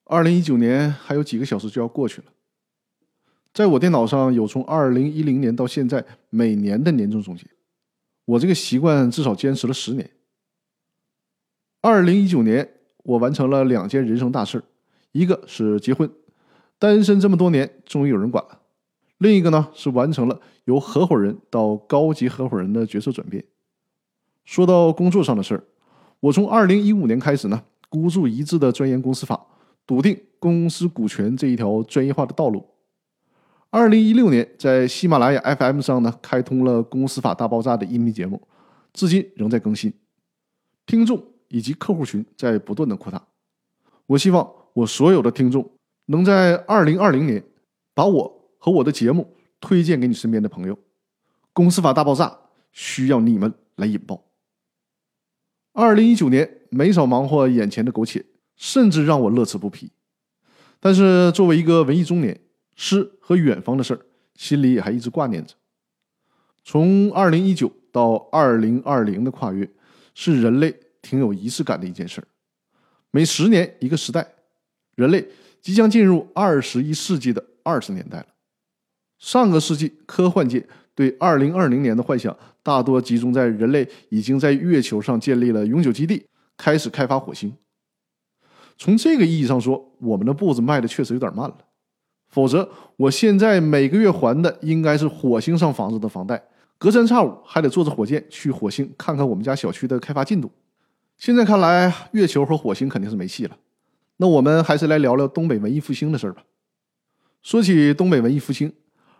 2019年还有几个小时就要过去了，在我电脑上有从2010年到现在每年的年终总结，我这个习惯至少坚持了10年。2019年我完成了2件人生大事，一个是结婚，单身这么多年终于有人管了；另一个呢是完成了由合伙人到高级合伙人的角色转变。说到工作上的事儿，我从2015年开始呢，孤注一掷的钻研公司法，笃定公司股权这一条专业化的道路。2016年在喜马拉雅 FM 上呢，开通了公司法大爆炸的音频节目，至今仍在更新，听众以及客户群在不断的扩大。我希望我所有的听众能在2020年把我和我的节目推荐给你身边的朋友。公司法大爆炸需要你们来引爆。2019年没少忙活眼前的苟且，甚至让我乐此不疲。但是作为一个文艺中年，诗和远方的事儿心里也还一直挂念着。从2019到2020的跨越，是人类挺有仪式感的一件事儿。每10年一个时代，人类即将进入21世纪的20年代了。上个世纪科幻界对2020年的幻想大多集中在人类已经在月球上建立了永久基地，开始开发火星。从这个意义上说，我们的步子迈的确实有点慢了。否则我现在每个月还的应该是火星上房子的房贷，隔三差五还得坐着火箭去火星看看我们家小区的开发进度。现在看来月球和火星肯定是没戏了。那我们还是来聊聊东北文艺复兴的事吧。说起东北文艺复兴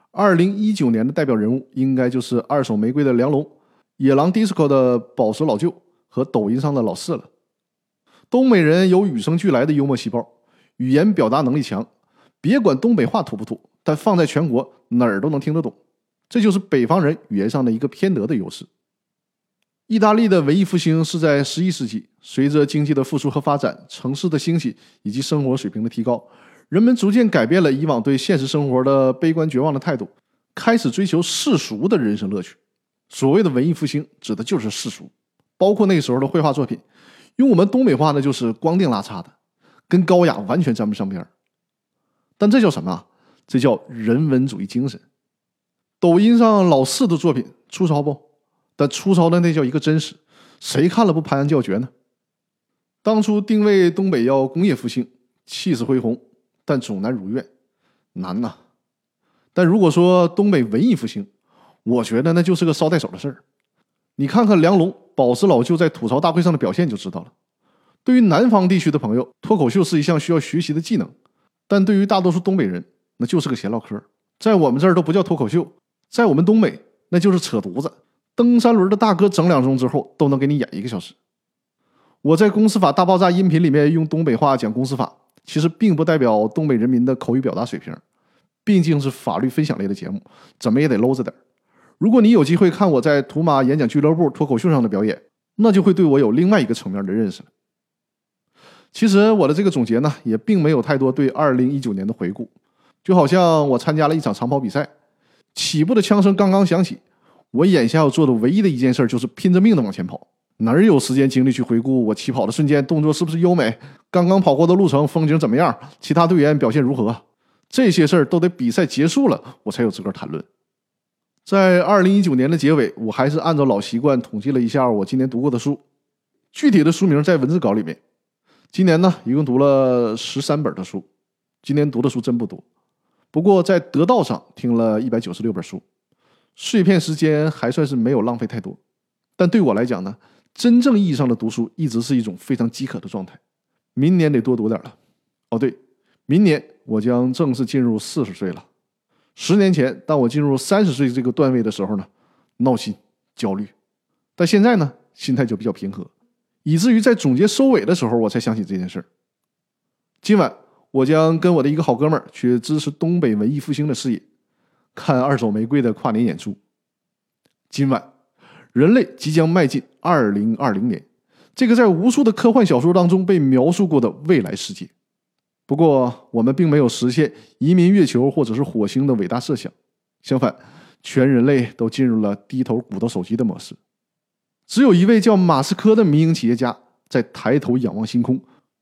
，2019年的代表人物应该就是二手玫瑰的梁龙、野狼 disco 的宝石老舅和抖音上的老四了。东北人有与生俱来的幽默细胞，语言表达能力强，别管东北话土不土，但放在全国哪儿都能听得懂，这就是北方人语言上的一个偏得的优势。意大利的文艺复兴是在11世纪，随着经济的复苏和发展，城市的兴起以及生活水平的提高，人们逐渐改变了以往对现实生活的悲观绝望的态度，开始追求世俗的人生乐趣。所谓的文艺复兴指的就是世俗，包括那时候的绘画作品，用我们东北话呢就是光腚拉碴的，跟高雅完全沾不上边。但这叫什么啊？这叫人文主义精神。抖音上老四的作品粗糙不？但粗糙的那叫一个真实，谁看了不拍案叫绝呢？当初定位东北要工业复兴，气势恢宏，但总难如愿，难呐。但如果说东北文艺复兴，我觉得那就是个捎带手的事儿。你看看梁龙、宝石老舅在吐槽大会上的表现就知道了。对于南方地区的朋友，脱口秀是一项需要学习的技能，但对于大多数东北人，那就是个闲唠嗑。在我们这儿都不叫脱口秀，在我们东北那就是扯犊子。蹬三轮的大哥整2钟之后都能给你演1个小时。我在公司法大爆炸音频里面用东北话讲公司法，其实并不代表东北人民的口语表达水平，毕竟是法律分享类的节目，怎么也得搂着点。如果你有机会看我在图马演讲俱乐部脱口秀上的表演，那就会对我有另外一个层面的认识了。其实我的这个总结呢，也并没有太多对2019年的回顾，就好像我参加了一场长跑比赛，起步的枪声刚刚响起，我眼下要做的唯一的一件事就是拼着命的往前跑，哪有时间精力去回顾我起跑的瞬间动作是不是优美，刚刚跑过的路程风景怎么样，其他队员表现如何，这些事儿都得比赛结束了我才有资格谈论。在2019年的结尾，我还是按照老习惯统计了一下我今年读过的书，具体的书名在文字稿里面。今年呢一共读了13本的书，今年读的书真不多，不过在得道上听了196本书，碎片时间还算是没有浪费太多。但对我来讲呢，真正意义上的读书一直是一种非常饥渴的状态。明年得多读点了。哦对，明年我将正式进入40岁了。10年前当我进入30岁这个段位的时候呢，闹心焦虑，但现在呢心态就比较平和，以至于在总结收尾的时候我才想起这件事。今晚我将跟我的一个好哥们儿去支持东北文艺复兴的事业，看二手玫瑰的跨年演出。今晚人类即将迈进2020年，这个在无数的科幻小说当中被描述过的未来世界。不过我们并没有实现移民月球或者是火星的伟大设想，相反，全人类都进入了低头鼓捣手机的模式。只有一位叫马斯克的民营企业家在抬头仰望星空，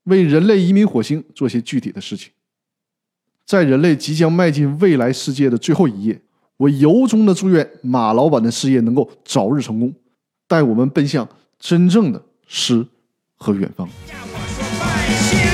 为人类移民火星做些具体的事情。在人类即将迈进未来世界的最后一页，我由衷的祝愿马老板的事业能够早日成功，带我们奔向真正的诗和远方。